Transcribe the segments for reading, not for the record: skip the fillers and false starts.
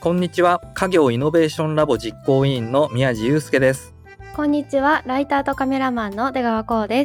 こんにちは。家業イノベーションラボ実行委員の宮地祐介です。 こんにちは。ライターとカメラマンの出川光です。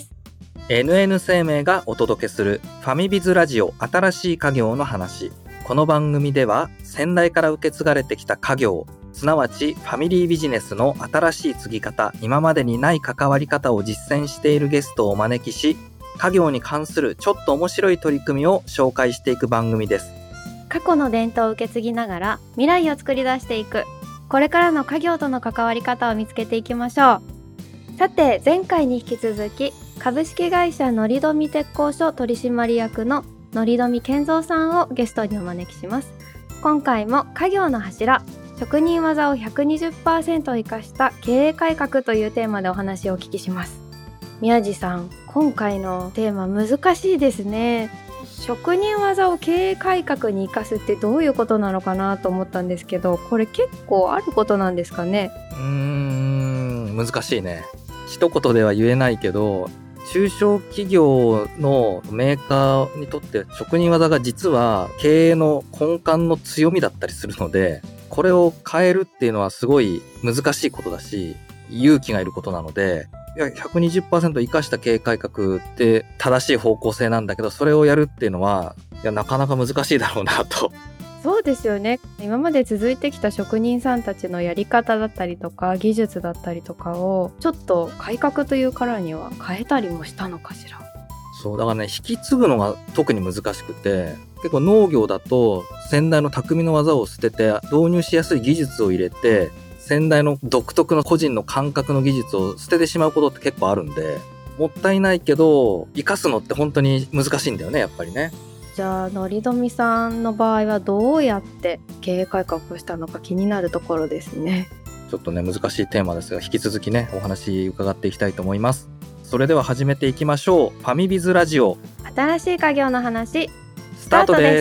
NN 生命がお届けするファミビズラジオ新しい家業の話。この番組では先代から受け継がれてきた家業、すなわちファミリービジネスの新しい継ぎ方、今までにない関わり方を実践しているゲストをお招きし、家業に関するちょっと面白い取り組みを紹介していく番組です。 過去の伝統を受け継ぎながら未来を作り出していく、これからの家業との関わり方を見つけていきましょう。さて、前回に引き続き株式会社のりどみ鉄工所取締役ののりどみ健三さんをゲストにお招きします。今回も家業の柱、職人技を 120% 生かした経営改革というテーマでお話をお聞きします。宮地さん、今回のテーマ難しいですね。職人技を経営改革に生かすってどういうことなのかなと思ったんですけど、これ結構あることなんですかね？ 難しいね。一言では言えないけど、中小企業のメーカーにとって職人技が実は経営の根幹の強みだったりするので、これを変えるっていうのはすごい難しいことだし、勇気がいることなので、120% 生かした経営改革って正しい方向性なんだけど、それをやるっていうのはなかなか難しいだろうなと。 そうですよね。今まで続いてきた職人さんたちのやり方だったりとか技術だったりとかをちょっと改革というからには変えたりもしたのかしら。 そうだからね、引き継ぐのが特に難しくて、結構農業だと先代の匠の技を捨てて導入しやすい技術を入れて、先代の独特の個人の感覚の技術を捨ててしまうことって結構あるんで、もったいないけど生かすのって本当に難しいんだよね、やっぱりね。 じゃあのりどみさんの場合はどうやって経営改革をしたのか気になるところですね。 ちょっとね、難しいテーマですが、引き続きね、お話伺っていきたいと思います。それでは始めていきましょう。ファミビズラジオ新しい家業の話、 スタートです。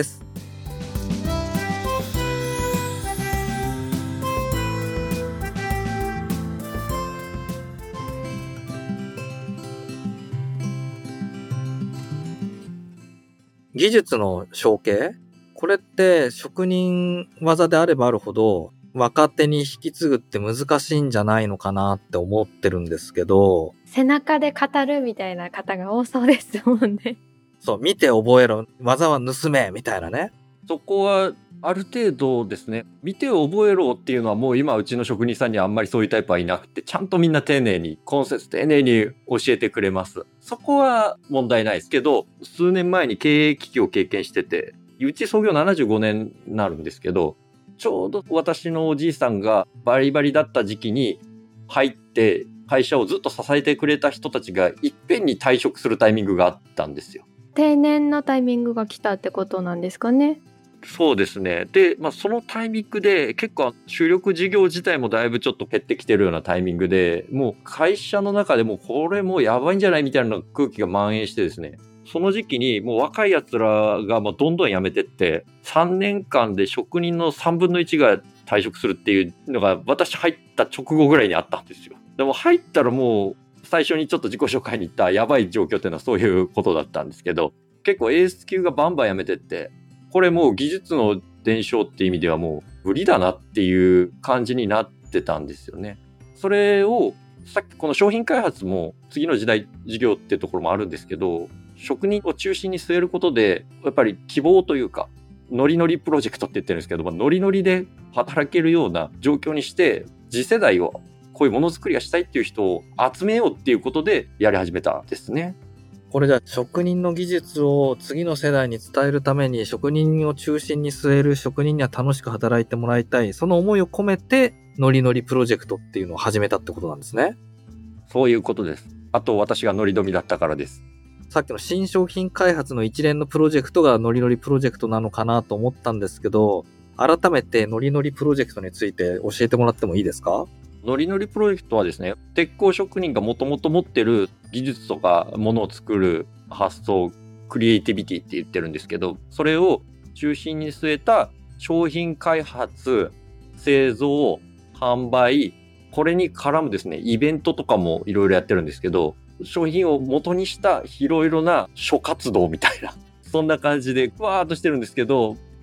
技術の承継、これって職人技であればあるほど若手に引き継ぐって難しいんじゃないのかなって思ってるんですけど、 背中で語るみたいな方が多そうですもんね。 そう、見て覚えろ、技は盗めみたいなね。 そこはある程度ですね、見て覚えろっていうのはもう今うちの職人さんにはあんまりそういうタイプはいなくて、ちゃんとみんな丁寧に今節丁寧に教えてくれます。そこは問題ないですけど、数年前に経営危機を経験してて、うち創業75年になるんですけど、ちょうど私のおじいさんがバリバリだった時期に入って会社をずっと支えてくれた人たちがいっぺんに退職するタイミングがあったんですよ。 定年のタイミングが来たってことなんですかね。 そうですね。で、そのタイミングで結構主力事業自体もだいぶちょっと減ってきてるようなタイミングで、もう会社の中でもこれもうやばいんじゃないみたいな空気が蔓延してですね。その時期にもう若い奴らがもうどんどん辞めてって、3年間で職人の3分の1が退職するっていうのが私入った直後ぐらいにあったんですよ。でも入ったらもう最初にちょっと自己紹介に行ったやばい状況っていうのはそういうことだったんですけど、結構エース級がバンバン辞めてって、これもう技術の伝承っていう意味ではもう無理だなっていう感じになってたんですよね。それをさっきこの商品開発も次の時代事業っていうところもあるんですけど、職人を中心に据えることでやっぱり希望というか、ノリノリプロジェクトって言ってるんですけど、ノリノリで働けるような状況にして次世代をこういうものづくりがしたいっていう人を集めようっていうことでやり始めたんですね。 これじゃあ職人の技術を次の世代に伝えるために職人を中心に据える、職人には楽しく働いてもらいたい、その思いを込めてノリノリプロジェクトっていうのを始めたってことなんですね。 そういうことです。あと私がノリドミだったからです。 さっきの新商品開発の一連のプロジェクトがノリノリプロジェクトなのかなと思ったんですけど、改めてノリノリプロジェクトについて教えてもらってもいいですか？ ノリノリプロジェクトはですね、鉄工職人がもともと持ってる技術とかものを作る発想、クリエイティビティって言ってるんですけど、それを中心に据えた商品開発、製造、販売、これに絡むですね、イベントとかもいろいろやってるんですけど、商品を元にしたいろいろな諸活動みたいな、そんな感じでふわーっとしてるんですけど、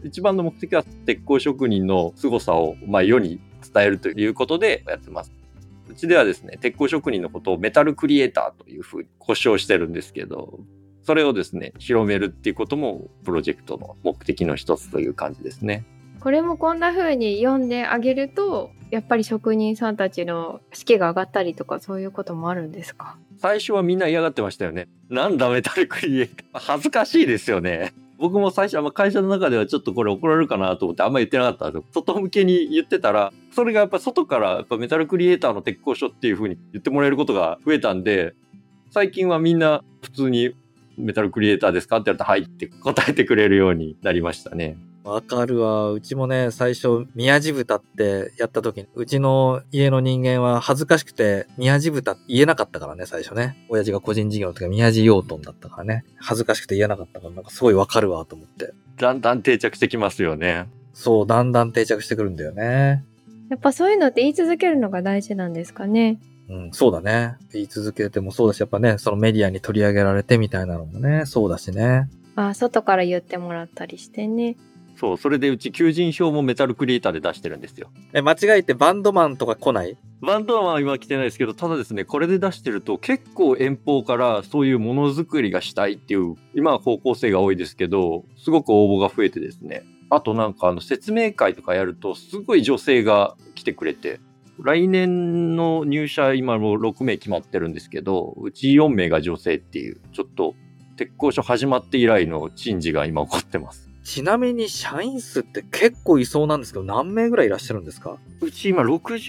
一番の目的は鉄工職人の凄さを世に伝えるということでやってます。うちではですね、鉄工職人のことをメタルクリエイターというふうに呼称してるんですけど、それをですね、広めるっていうこともプロジェクトの目的の一つという感じですね。 これもこんな風に読んであげると、やっぱり職人さんたちの士気が上がったりとか、そういうこともあるんですか？ 最初はみんな嫌がってましたよね。なんだメタルクリエイター。恥ずかしいですよね。僕も最初会社の中ではちょっとこれ怒られるかなと思ってあんま言ってなかったんですよ。外向けに言ってたら、それがやっぱ外からやっぱメタルクリエイターの鉄工所っていう風に言ってもらえることが増えたんで、最近はみんな普通にメタルクリエイターですかって言われたらはいって答えてくれるようになりましたね。 わかるわ。うちもね、最初、宮地豚ってやった時に、うちの家の人間は恥ずかしくて、宮地豚言えなかったからね、最初ね。親父が個人事業の時は宮地養豚だったからね。恥ずかしくて言えなかったから、なんかすごいわかるわと思って。 だんだん定着してきますよね。 そう、だんだん定着してくるんだよね。 やっぱそういうのって言い続けるのが大事なんですかね。 うん、そうだね。言い続けてもそうだし、やっぱね、そのメディアに取り上げられてみたいなのもね、そうだしね。 外から言ってもらったりしてね。 そう、それでうち求人票もメタルクリエイターで出してるんですよ。 間違えてバンドマンとか来ない？ バンドマンは今来てないですけど、ただですね、これで出してると結構遠方からそういうものづくりがしたいっていう、今は高校生が多いですけど、すごく応募が増えてですね。あとなんか説明会とかやるとすごい女性が来てくれて、来年の入社今も6名決まってるんですけど、うち4名が女性っていう、ちょっと鉄工所始まって以来の珍事が今起こってます。 ちなみに社員数って結構いそうなんですけど、何名ぐらいいらっしゃるんですか？ うち今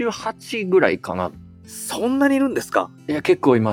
68ぐらいかな。 そんなにいるんですか？ いや、結構います。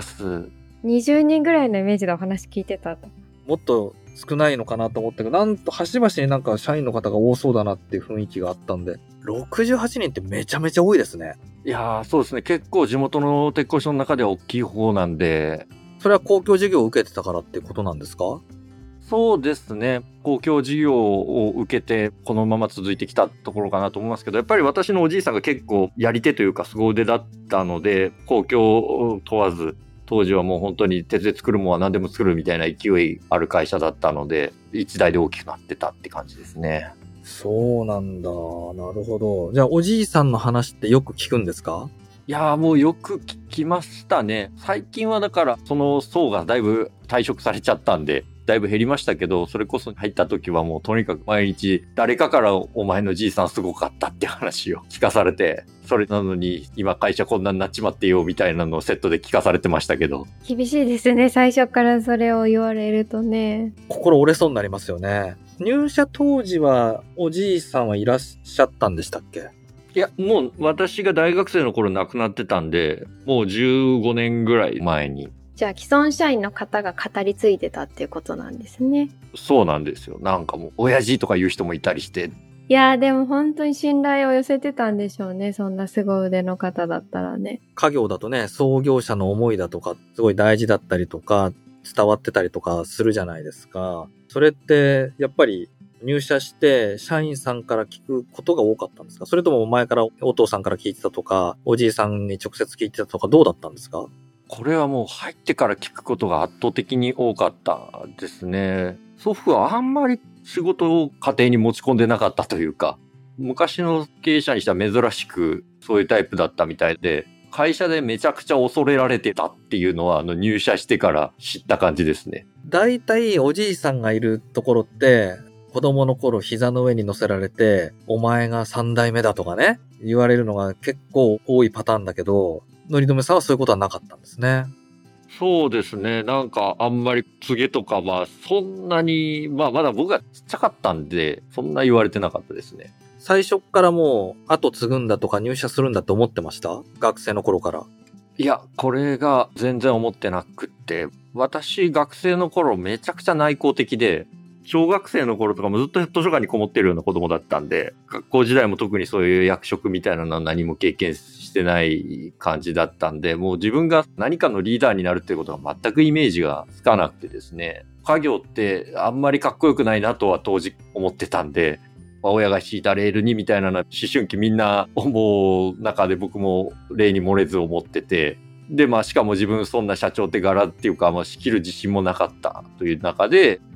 20人ぐらいのイメージでお話聞いてたと。 もっと少ないのかなと思ったけど、なんと端々になんか社員の方が多そうだなっていう雰囲気があったんで、68人ってめちゃめちゃ多いですね。 いやー、そうですね。結構地元の鉄工所の中では大きい方なんで。 それは公共事業を受けてたからってことなんですか？ そうですね。公共事業を受けてこのまま続いてきたところかなと思いますけど、やっぱり私のおじいさんが結構やり手というか凄腕だったので、公共を問わず、当時はもう本当に鉄で作るものは何でも作るみたいな勢いある会社だったので、一台で大きくなってたって感じですね。 そうなんだ。なるほど。じゃあおじいさんの話ってよく聞くんですか？ いやー、もうよく聞きましたね。最近はだからその層がだいぶ退職されちゃったんで、だいぶ減りましたけど、それこそ入った時はもうとにかく毎日誰かからお前のじいさんすごかったって話を聞かされて、それなのに今会社こんなになっちまってよみたいなのをセットで聞かされてましたけど。 厳しいですね、最初からそれを言われるとね。 心折れそうになりますよね。入社当時はおじいさんはいらっしゃったんでしたっけ？ いや、もう私が大学生の頃亡くなってたんで、もう15年ぐらい前に。 じゃあ既存社員の方が語り継いでたっていうことなんですね。 そうなんですよ。なんかもう親父とか言う人もいたりして。 いやーでも本当に信頼を寄せてたんでしょうね。そんな凄腕の方だったらね。 家業だとね、創業者の思いだとかすごい大事だったりとか伝わってたりとかするじゃないですか。それってやっぱり入社して社員さんから聞くことが多かったんですか？それとも前からお父さんから聞いてたとか、おじいさんに直接聞いてたとか、どうだったんですか？ これはもう入ってから聞くことが圧倒的に多かったですね。祖父はあんまり仕事を家庭に持ち込んでなかったというか、昔の経営者にしては珍しくそういうタイプだったみたいで、会社でめちゃくちゃ恐れられてたっていうのは入社してから知った感じですね。 だいたいおじいさんがいるところって子供の頃膝の上に乗せられてお前が3代目だとかね言われるのが結構多いパターンだけど、のりどめさんはそういうことはなかったんですね。 そうですね。なんかあんまり告げとかはそんなに、まだ僕がちっちゃかったんでそんな言われてなかったですね。 最初からもう後継ぐんだとか入社するんだと思ってました？学生の頃から。 いや、これが全然思ってなくって、私学生の頃めちゃくちゃ内向的で、小学生の頃とかもずっと図書館にこもってるような子供だったんで、学校時代も特にそういう役職みたいなのは何も経験してない感じだったんで、もう自分が何かのリーダーになるっていうことが全くイメージがつかなくてですね、家業ってあんまりかっこよくないなとは当時思ってたんで、親が敷いたレールにみたいなのは思春期みんな思う中で僕も例に漏れず思ってて、でしかも自分そんな社長手柄っていうか仕切る自信もなかったという中で、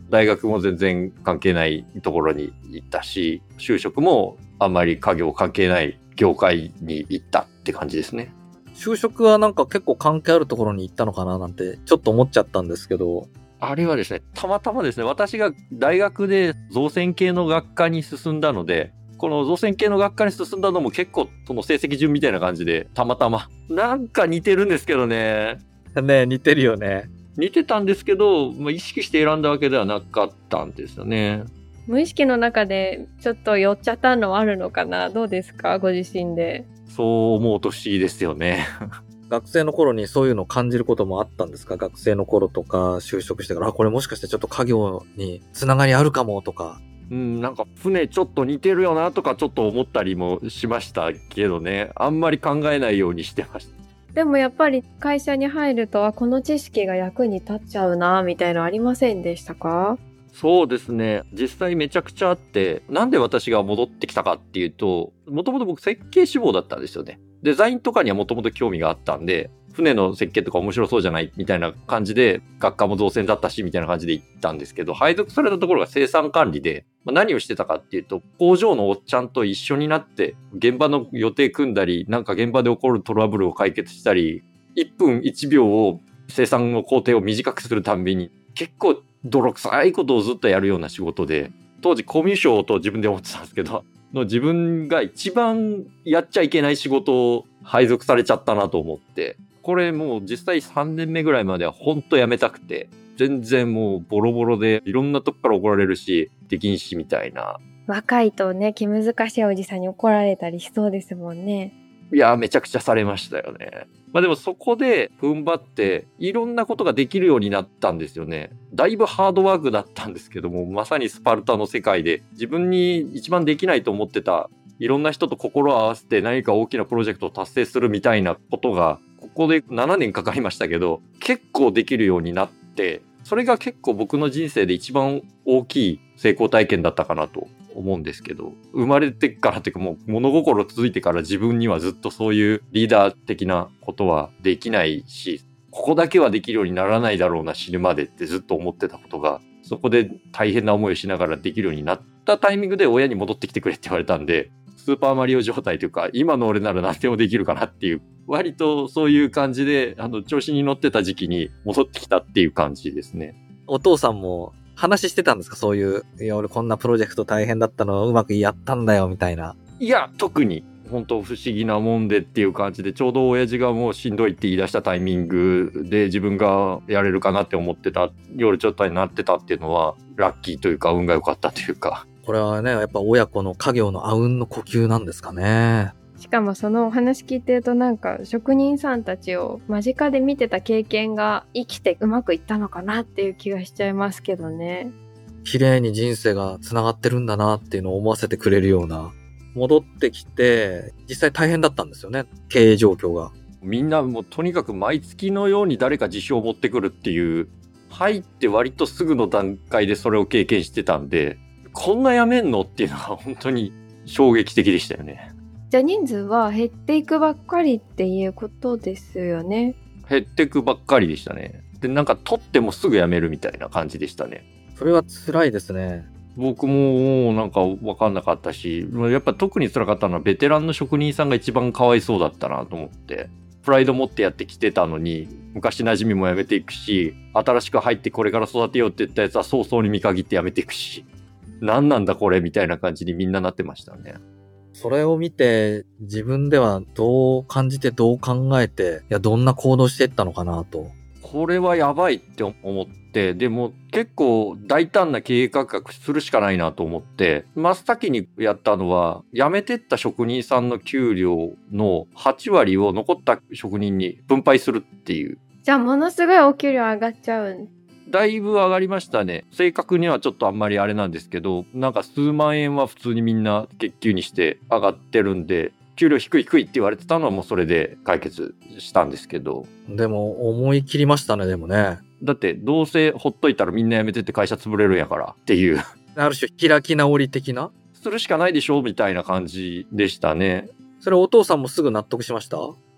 大学も全然関係ないところに行ったし、就職もあんまり家業関係ない業界に行ったって感じですね。 就職はなんか結構関係あるところに行ったのかななんてちょっと思っちゃったんですけど。 あれはですね、たまたまですね、私が大学で造船系の学科に進んだので、この造船系の学科に進んだのも結構その成績順みたいな感じで、たまたま。なんか似てるんですけどね。 ね、似てるよね。 似てたんですけど、意識して選んだわけではなかったんですよね。 無意識の中でちょっと寄っちゃったのはあるのかな？どうですか？ご自身で。 そう思うと不思議ですよね。 学生の頃にそういうのを感じることもあったんですか？学生の頃とか就職してから、これもしかしてちょっと家業につながりあるかもとか。 なんか船ちょっと似てるよなとかちょっと思ったりもしましたけどね。あんまり考えないようにしてました。 でもやっぱり会社に入ると、この知識が役に立っちゃうなみたいなのありませんでしたか？ そうですね。実際めちゃくちゃあって、なんで私が戻ってきたかっていうと、もともと僕設計志望だったんですよね。デザインとかにはもともと興味があったんで、船の設計とか面白そうじゃないみたいな感じで、学科も造船だったしみたいな感じで行ったんですけど、配属されたところが生産管理で、何をしてたかっていうと、工場のおっちゃんと一緒になって、現場の予定組んだり、なんか現場で起こるトラブルを解決したり、1分1秒を生産の工程を短くするたんびに、結構泥臭いことをずっとやるような仕事で、当時コミュ障と自分で思ってたんですけど、自分が一番やっちゃいけない仕事を配属されちゃったなと思って、これもう実際3年目ぐらいまでは本当やめたくて、全然もうボロボロでいろんなとこから怒られるし、できんしみたいな。 若いとね、気難しいおじさんに怒られたりしそうですもんね。 いや、めちゃくちゃされましたよね。でもそこで踏ん張っていろんなことができるようになったんですよね。だいぶハードワークだったんですけども、まさにスパルタの世界で自分に一番できないと思ってたいろんな人と心を合わせて何か大きなプロジェクトを達成するみたいなことがここで7年かかりましたけど、結構できるようになって、それが結構僕の人生で一番大きい成功体験だったかなと思うんですけど、生まれてからっていうかもう物心ついてから自分にはずっとそういうリーダー的なことはできないし、ここだけはできるようにならないだろうな死ぬまでってずっと思ってたことが、そこで大変な思いをしながらできるようになったタイミングで親に戻ってきてくれって言われたんで、スーパーマリオ状態というか、今の俺なら何でもできるかなっていう、割とそういう感じで調子に乗ってた時期に戻ってきたっていう感じですね。 お父さんも話してたんですか？そういう、いや俺こんなプロジェクト大変だったのをうまくやったんだよみたいな。 いや、特に本当不思議なもんでっていう感じで、ちょうど親父がもうしんどいって言い出したタイミングで自分がやれるかなって思ってた、夜ちょっとになってたっていうのはラッキーというか運が良かったというか。 これはね、やっぱ親子の家業のあうんの呼吸なんですかね。 しかもそのお話聞いてると、なんか職人さんたちを間近で見てた経験が生きてうまくいったのかなっていう気がしちゃいますけどね。 綺麗に人生が繋がってるんだなっていうのを思わせてくれるような。戻ってきて実際大変だったんですよね、経営状況が。 みんなもうとにかく毎月のように誰か辞表を持ってくるっていう、入って割とすぐの段階でそれを経験してたんで、こんなやめんのっていうのは本当に衝撃的でしたよね。 じゃあ人数は減っていくばっかりっていうことですよね。 減っていくばっかりでしたね。で、なんか取ってもすぐ辞めるみたいな感じでしたね。 それは辛いですね。 僕ももうなんか分かんなかったし、やっぱ特に辛かったのはベテランの職人さんが一番かわいそうだったなと思って、プライド持ってやってきてたのに、昔馴染みも辞めていくし、新しく入ってこれから育てようって言ったやつは早々に見限って辞めていくし、何なんだこれみたいな感じにみんななってましたね。 それを見て自分ではどう感じてどう考えて、いやどんな行動していったのかなと。 これはやばいって思って、でも結構大胆な経営改革するしかないなと思って、真っ先にやったのは、辞めてった職人さんの給料の8割を残った職人に分配するっていう。 じゃあものすごいお給料上がっちゃう。 だいぶ上がりましたね。正確にはちょっとあんまりあれなんですけど、なんか数万円は普通にみんな月給にして上がってるんで、給料低いって言われてたのはもうそれで解決したんですけど。 でも思い切りましたね、でもね。 だってどうせほっといたらみんな辞めてって会社潰れるんやからっていう。 ある種開き直り的なするしかないでしょみたいな感じでしたね。 それお父さんもすぐ納得しました？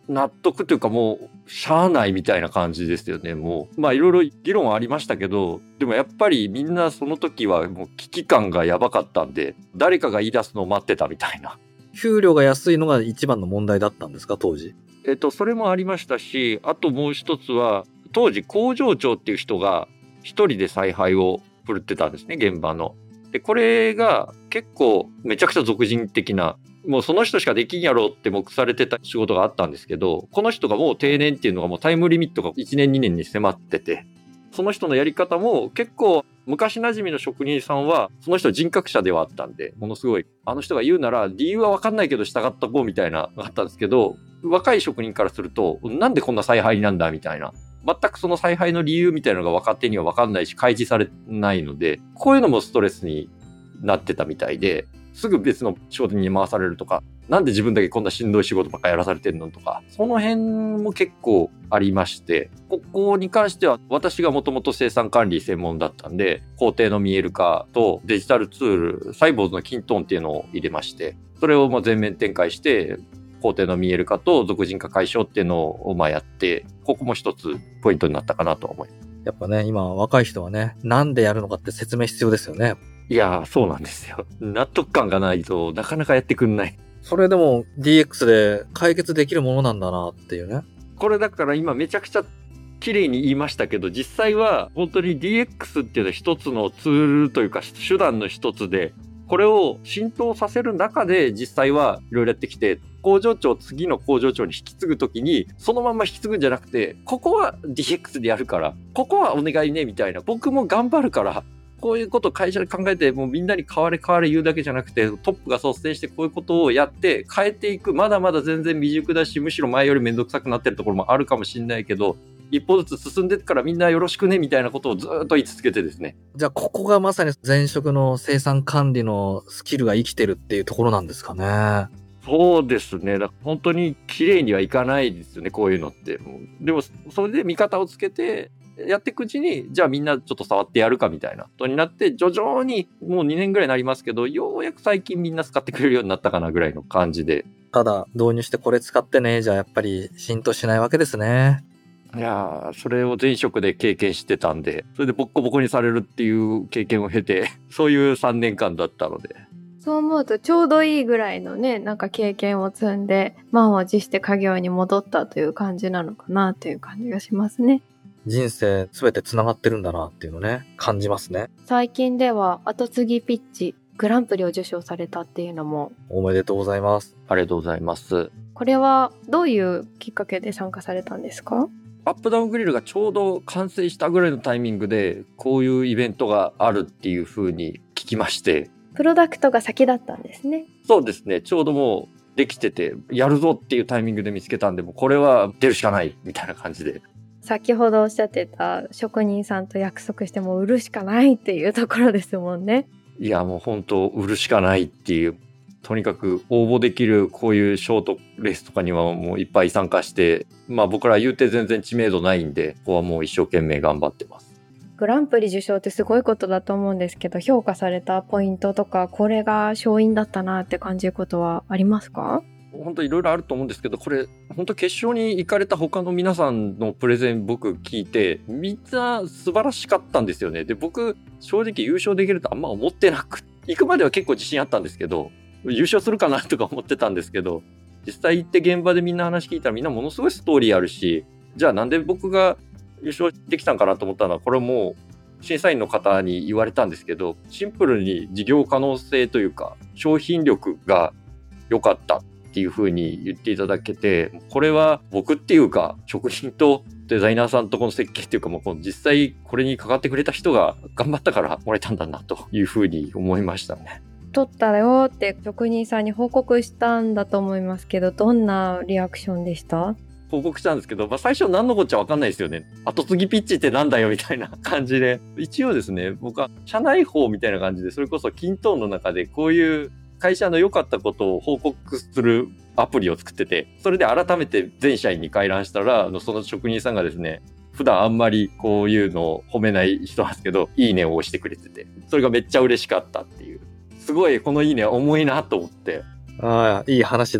納得というかもうしゃあないみたいな感じですよね。もういろいろ議論はありましたけど、でもやっぱりみんなその時はもう危機感がやばかったんで、誰かが言い出すのを待ってたみたいな。 給料が安いのが一番の問題だったんですか、当時。 それもありましたし、あともう一つは当時工場長っていう人が一人で采配を振るってたんですね、現場の。でこれが結構めちゃくちゃ俗人的な、もうその人しかできんやろって目されてた仕事があったんですけど、この人がもう定年っていうのがもうタイムリミットが1年2年に迫ってて、その人のやり方も結構昔馴染みの職人さんはその人人格者ではあったんで、ものすごいあの人が言うなら理由は分かんないけど従ったこうみたいなのがあったんですけど、若い職人からするとなんでこんな采配なんだみたいな、全くその采配の理由みたいなのが若手には分かんないし開示されないので、こういうのもストレスになってたみたいで、すぐ別の仕事に回されるとか、なんで自分だけこんなしんどい仕事ばっかりやらされてんのとか、その辺も結構ありまして、ここに関しては私がもともと生産管理専門だったんで、工程の見える化とデジタルツール、サイボーズのキントーンっていうのを入れまして、それを全面展開して、工程の見える化と俗人化解消っていうのをやって、ここも一つポイントになったかなと思います。 やっぱね、今若い人はね、なんでやるのかって説明必要ですよね。 いやー、そうなんですよ。納得感がないとなかなかやってくんない。 それでも DX で解決できるものなんだなっていうね。 これだから今めちゃくちゃ綺麗に言いましたけど、実際は本当に DX っていうのは一つのツールというか手段の一つで、これを浸透させる中で実際はいろいろやってきて、工場長次の工場長に引き継ぐときにそのまま引き継ぐんじゃなくて、ここは DX でやるからここはお願いねみたいな、僕も頑張るからこういうことを会社で考えて、もうみんなに変われ言うだけじゃなくて、トップが率先してこういうことをやって変えていく。まだまだ全然未熟だし、むしろ前よりめんどくさくなってるところもあるかもしれないけど、一歩ずつ進んでからみんなよろしくねみたいなことをずっと言い続けてですね。 じゃあここがまさに前職の生産管理のスキルが生きてるっていうところなんですかね。 そうですね。だから本当に綺麗にはいかないですよね、こういうのって。でもそれで味方をつけてやっていくうちに、じゃあみんなちょっと触ってやるかみたいなことになって、徐々にもう2年ぐらいになりますけど、ようやく最近みんな使ってくれるようになったかなぐらいの感じで。 ただ導入してこれ使ってね、じゃあやっぱり浸透しないわけですね。 いやー、それを前職で経験してたんで、それでボッコボコにされるっていう経験を経て、そういう3年間だったので。 そう思うとちょうどいいぐらいのね、なんか経験を積んで満を持して家業に戻ったという感じなのかなという感じがしますね。 人生すべて繋がってるんだなっていうのね、感じますね。 最近では後継ぎピッチグランプリを受賞されたっていうのも。 おめでとうございます。 ありがとうございます。 これはどういうきっかけで参加されたんですか？ アップダウングリルがちょうど完成したぐらいのタイミングで、こういうイベントがあるっていう風に聞きまして。 プロダクトが先だったんですね。 そうですね。ちょうどもうできてて、やるぞっていうタイミングで見つけたんで、もうこれは出るしかないみたいな感じで。 先ほどおっしゃってた職人さんと約束しても売るしかないっていうところですもんね。 いやもう本当売るしかないっていう。とにかく応募できるこういうショートレースとかにはもういっぱい参加して、僕ら言うて全然知名度ないんで、ここはもう一生懸命頑張ってます。 グランプリ受賞ってすごいことだと思うんですけど、評価されたポイントとか、これが勝因だったなって感じることはありますか？ 本当いろいろあると思うんですけど、これ本当決勝に行かれた他の皆さんのプレゼン僕聞いて、みんな素晴らしかったんですよね。で、僕正直優勝できるとあんま思ってなく、行くまでは結構自信あったんですけど、優勝するかなとか思ってたんですけど、実際行って現場でみんな話聞いたらみんなものすごいストーリーあるし、じゃあなんで僕が優勝できたんかなと思ったのは、これも審査員の方に言われたんですけど、シンプルに事業可能性というか商品力が良かったっていう風に言っていただけて、これは僕っていうか職人とデザイナーさんとこの設計っていうか、もう実際これにかかってくれた人が頑張ったからもらえたんだなという風に思いましたね。 取ったよって職人さんに報告したんだと思いますけど、どんなリアクションでした？ 報告したんですけど、最初何のこっちゃ分かんないですよね。後継ぎピッチってなんだよみたいな感じで。一応ですね、僕は社内報みたいな感じで、それこそキントーンの中でこういう会社の良かったことを報告するアプリを作ってて、それで改めて全社員に回覧したら、その職人さんがですね、普段あんまりこういうのを褒めない人なんですけど、いいねを押してくれてて、それがめっちゃ嬉しかったっていう。すごいこのいいね重いなと思って。 ああ、いい話だ。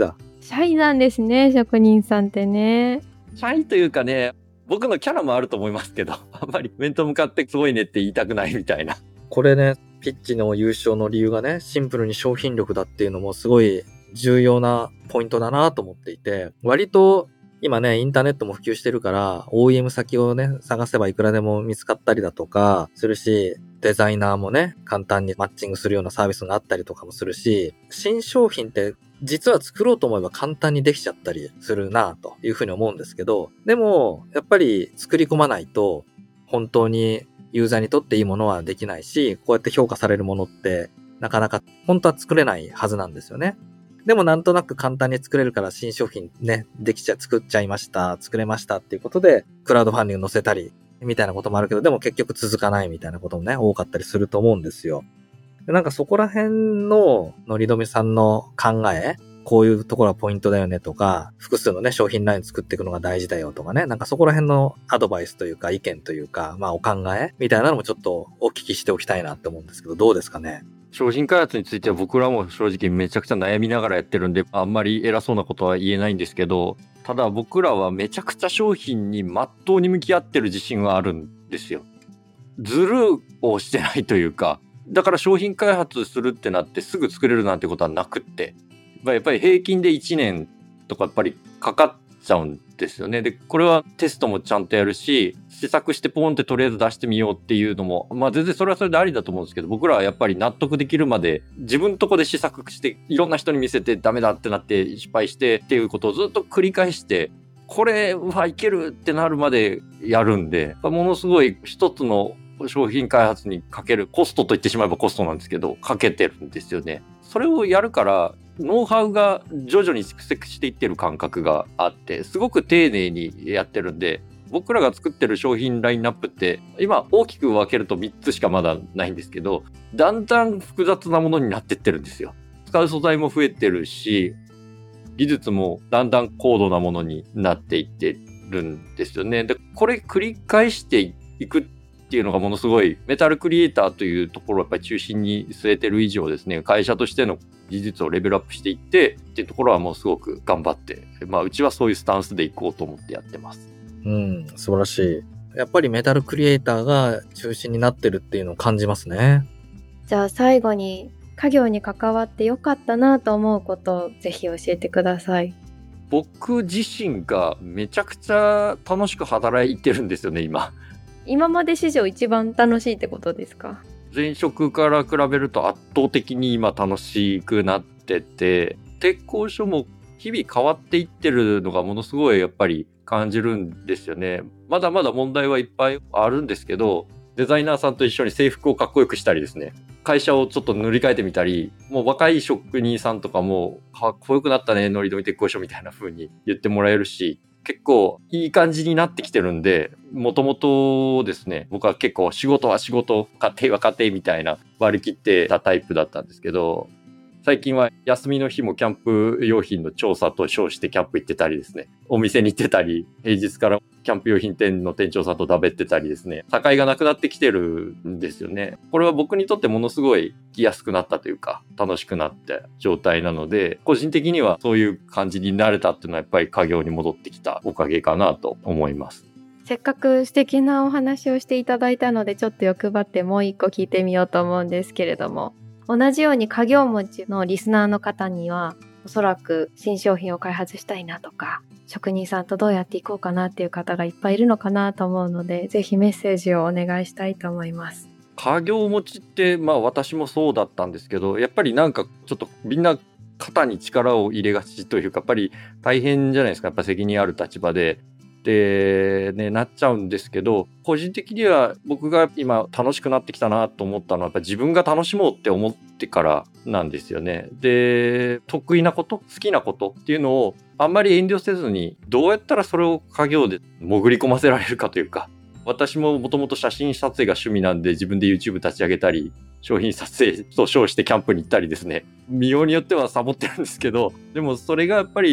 シャイなんですね、職人さんってね。 シャイというかね、僕のキャラもあると思いますけど、あんまり面と向かってすごいねって言いたくないみたいな。 これね、ピッチの優勝の理由がね、シンプルに商品力だっていうのもすごい重要なポイントだなと思っていて、割と今ね、インターネットも普及してるから、OEM 先をね、探せばいくらでも見つかったりだとかするし、デザイナーもね、簡単にマッチングするようなサービスがあったりとかもするし、新商品って実は作ろうと思えば簡単にできちゃったりするなというふうに思うんですけど、でも、やっぱり作り込まないと、本当にユーザーにとっていいものはできないし、こうやって評価されるものってなかなか本当は作れないはずなんですよね。でもなんとなく簡単に作れるから新商品ね、作っちゃいました、作れましたっていうことで、クラウドファンディング載せたり、みたいなこともあるけど、でも結局続かないみたいなこともね、多かったりすると思うんですよ。でなんかそこら辺ののりどめさんの考え、こういうところはポイントだよねとか、複数のね、商品ライン作っていくのが大事だよとかね、なんかそこら辺のアドバイスというか意見というか、まあお考えみたいなのもちょっとお聞きしておきたいなって思うんですけど、どうですかね。 商品開発については僕らも正直めちゃくちゃ悩みながらやってるんで、あんまり偉そうなことは言えないんですけど、ただ僕らはめちゃくちゃ商品に真っ当に向き合ってる自信はあるんですよ。ズルをしてないというか、だから商品開発するってなってすぐ作れるなんてことはなくって、やっぱり平均で1年とかやっぱりかかっちゃうんですよね。で、これはテストもちゃんとやるし、試作してポンってとりあえず出してみようっていうのも、まあ全然それはそれでありだと思うんですけど、僕らはやっぱり納得できるまで自分とこで試作していろんな人に見せてダメだってなって失敗してっていうことをずっと繰り返して、これはいけるってなるまでやるんで、ものすごい一つの商品開発にかけるコストと言ってしまえばコストなんですけど、かけてるんですよね。それをやるから、ノウハウが徐々に蓄積していってる感覚があって、すごく丁寧にやってるんで、僕らが作ってる商品ラインナップって、今大きく分けると3つしかまだないんですけど、だんだん複雑なものになってってるんですよ。使う素材も増えてるし、技術もだんだん高度なものになっていってるんですよね。で、これ繰り返していくっていうのがものすごいメタルクリエイターというところをやっぱり中心に据えてる以上ですね、会社としての技術をレベルアップしていってっていうところはもうすごく頑張って、まあうちはそういうスタンスでいこうと思ってやってます。 うん、素晴らしい。やっぱりメタルクリエイターが中心になってるっていうのを感じますね。 じゃあ最後に家業に関わってよかったなと思うことをぜひ教えてください。 僕自身がめちゃくちゃ楽しく働いてるんですよね、今。 今まで史上一番楽しいってことですか？ 前職から比べると圧倒的に今楽しくなってて、鉄工所も日々変わっていってるのがものすごいやっぱり感じるんですよね。まだまだ問題はいっぱいあるんですけど、デザイナーさんと一緒に制服をかっこよくしたりですね、会社をちょっと塗り替えてみたり、もう若い職人さんとかもかっこよくなったね、ノリドミ鉄工所みたいな風に言ってもらえるし、結構いい感じになってきてるんで、もともとですね、僕は結構仕事は仕事、家庭は家庭みたいな割り切ってたタイプだったんですけど、最近は休みの日もキャンプ用品の調査と称してキャンプ行ってたりですね、お店に行ってたり、平日からキャンプ用品店の店長さんと食べてたりですね、境がなくなってきてるんですよね。これは僕にとってものすごい来やすくなったというか、楽しくなった状態なので、個人的にはそういう感じになれたっていうのはやっぱり家業に戻ってきたおかげかなと思います。 せっかく素敵なお話をしていただいたので、ちょっと欲張ってもう一個聞いてみようと思うんですけれども、同じように家業持ちのリスナーの方には、おそらく新商品を開発したいなとか、職人さんとどうやっていこうかなっていう方がいっぱいいるのかなと思うので、ぜひメッセージをお願いしたいと思います。 家業持ちってまあ私もそうだったんですけど、やっぱりなんかちょっとみんな肩に力を入れがちというか、やっぱり大変じゃないですか。やっぱ責任ある立場でね、なっちゃうんですけど、個人的には僕が今楽しくなってきたなと思ったのは、やっぱ自分が楽しもうって思ってからなんですよね。で、得意なこと、好きなことっていうのをあんまり遠慮せずに、どうやったらそれを家業で潜り込ませられるかというか、私ももともと写真撮影が趣味なんで自分で YouTube 立ち上げたり、商品撮影と称してキャンプに行ったりですね、見ようによってはサボってるんですけど、でもそれがやっぱり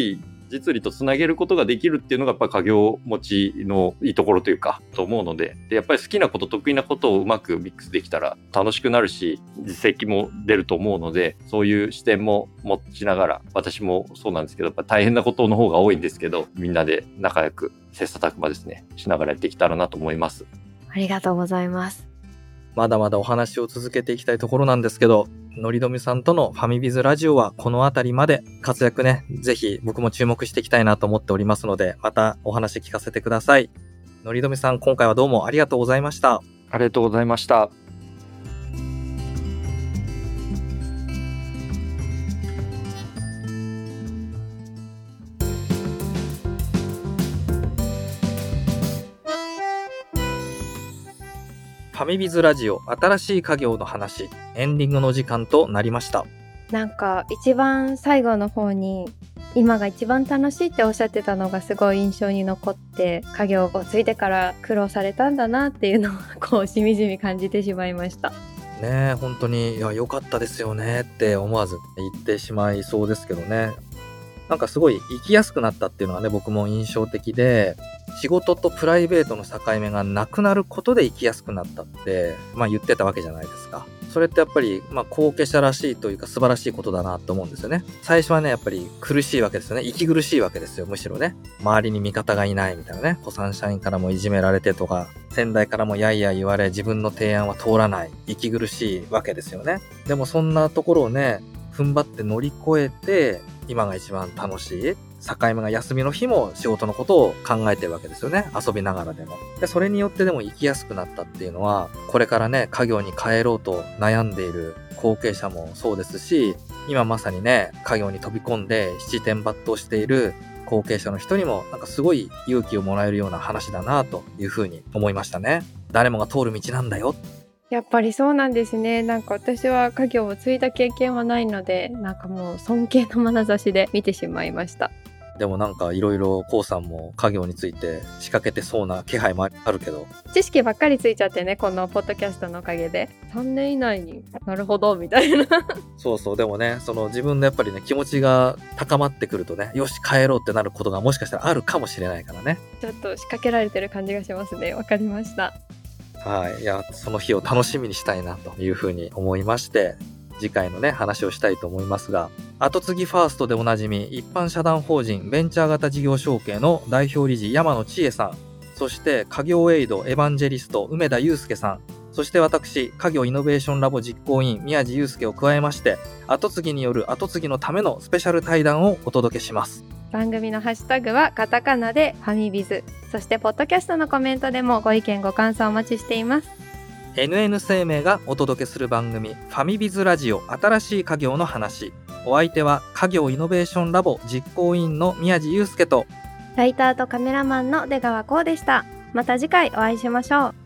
実利とつなげることができるっていうのがやっぱ家業持ちのいいところというかと思うので、やっぱり好きなこと得意なことをうまくミックスできたら楽しくなるし実績も出ると思うので、そういう視点も持ちながら、私もそうなんですけどやっぱ大変なことの方が多いんですけど、みんなで仲良く切磋琢磨ですねしながらやっていけたらなと思います。 ありがとうございます。 まだまだお話を続けていきたいところなんですけど、のりどみさんとのファミビズラジオはこのあたりまで。活躍ね、ぜひ僕も注目していきたいなと思っておりますので、またお話聞かせてください。のりどみさん、今回はどうもありがとうございました。 ありがとうございました。 ファミビズラジオ新しい家業の話、エンディングの時間となりました。 なんか一番最後の方に今が一番楽しいっておっしゃってたのがすごい印象に残って、家業を継いでから苦労されたんだなっていうのをこうしみじみ感じてしまいました。 ねえ、本当に良かったですよねって思わず言ってしまいそうですけどね。なんかすごい生きやすくなったっていうのはね、僕も印象的で、仕事とプライベートの境目がなくなることで生きやすくなったって、言ってたわけじゃないですか。それってやっぱり、後継者らしいというか素晴らしいことだなと思うんですよね。最初はね、やっぱり苦しいわけですよね。息苦しいわけですよ、むしろね。周りに味方がいないみたいなね。古参社員からもいじめられてとか、先代からもやいや言われ、自分の提案は通らない。息苦しいわけですよね。でもそんなところをね、踏ん張って乗り越えて、今が一番楽しい。境目が休みの日も仕事のことを考えてるわけですよね。遊びながらでも。で、それによってでも生きやすくなったっていうのは、これからね、家業に変えろうと悩んでいる後継者もそうですし、今まさにね、家業に飛び込んで七転八倒している後継者の人にも、なんかすごい勇気をもらえるような話だなというふうに思いましたね。誰もが通る道なんだよ。 やっぱりそうなんですね。なんか私は家業を継いだ経験はないので、なんかもう尊敬の眼差しで見てしまいました。 でもなんかいろいろコウさんも家業について仕掛けてそうな気配もあるけど、 知識ばっかりついちゃってね、このポッドキャストのおかげで3年以内になるほどみたいなそうそう。でもね、その自分のやっぱりね、気持ちが高まってくるとね、よし帰ろうってなることがもしかしたらあるかもしれないからね。 ちょっと仕掛けられてる感じがしますね。わかりました。 はい。いや、その日を楽しみにしたいなというふうに思いまして、次回のね、話をしたいと思いますが、後継ぎファーストでおなじみ、一般社団法人ベンチャー型事業承継の代表理事山野千恵さん、そして家業エイドエヴァンジェリスト梅田祐介さん、そして私、家業イノベーションラボ実行委員宮地祐介を加えまして、後継ぎによる後継ぎのためのスペシャル対談をお届けします。 番組のハッシュタグはカタカナでファミビズ、そしてポッドキャストのコメントでもご意見ご感想お待ちしています。 NN 生命がお届けする番組ファミビズラジオ新しい家業の話。お相手は家業イノベーションラボ実行委員の宮地祐介とライターとカメラマンの出川光でした。また次回お会いしましょう。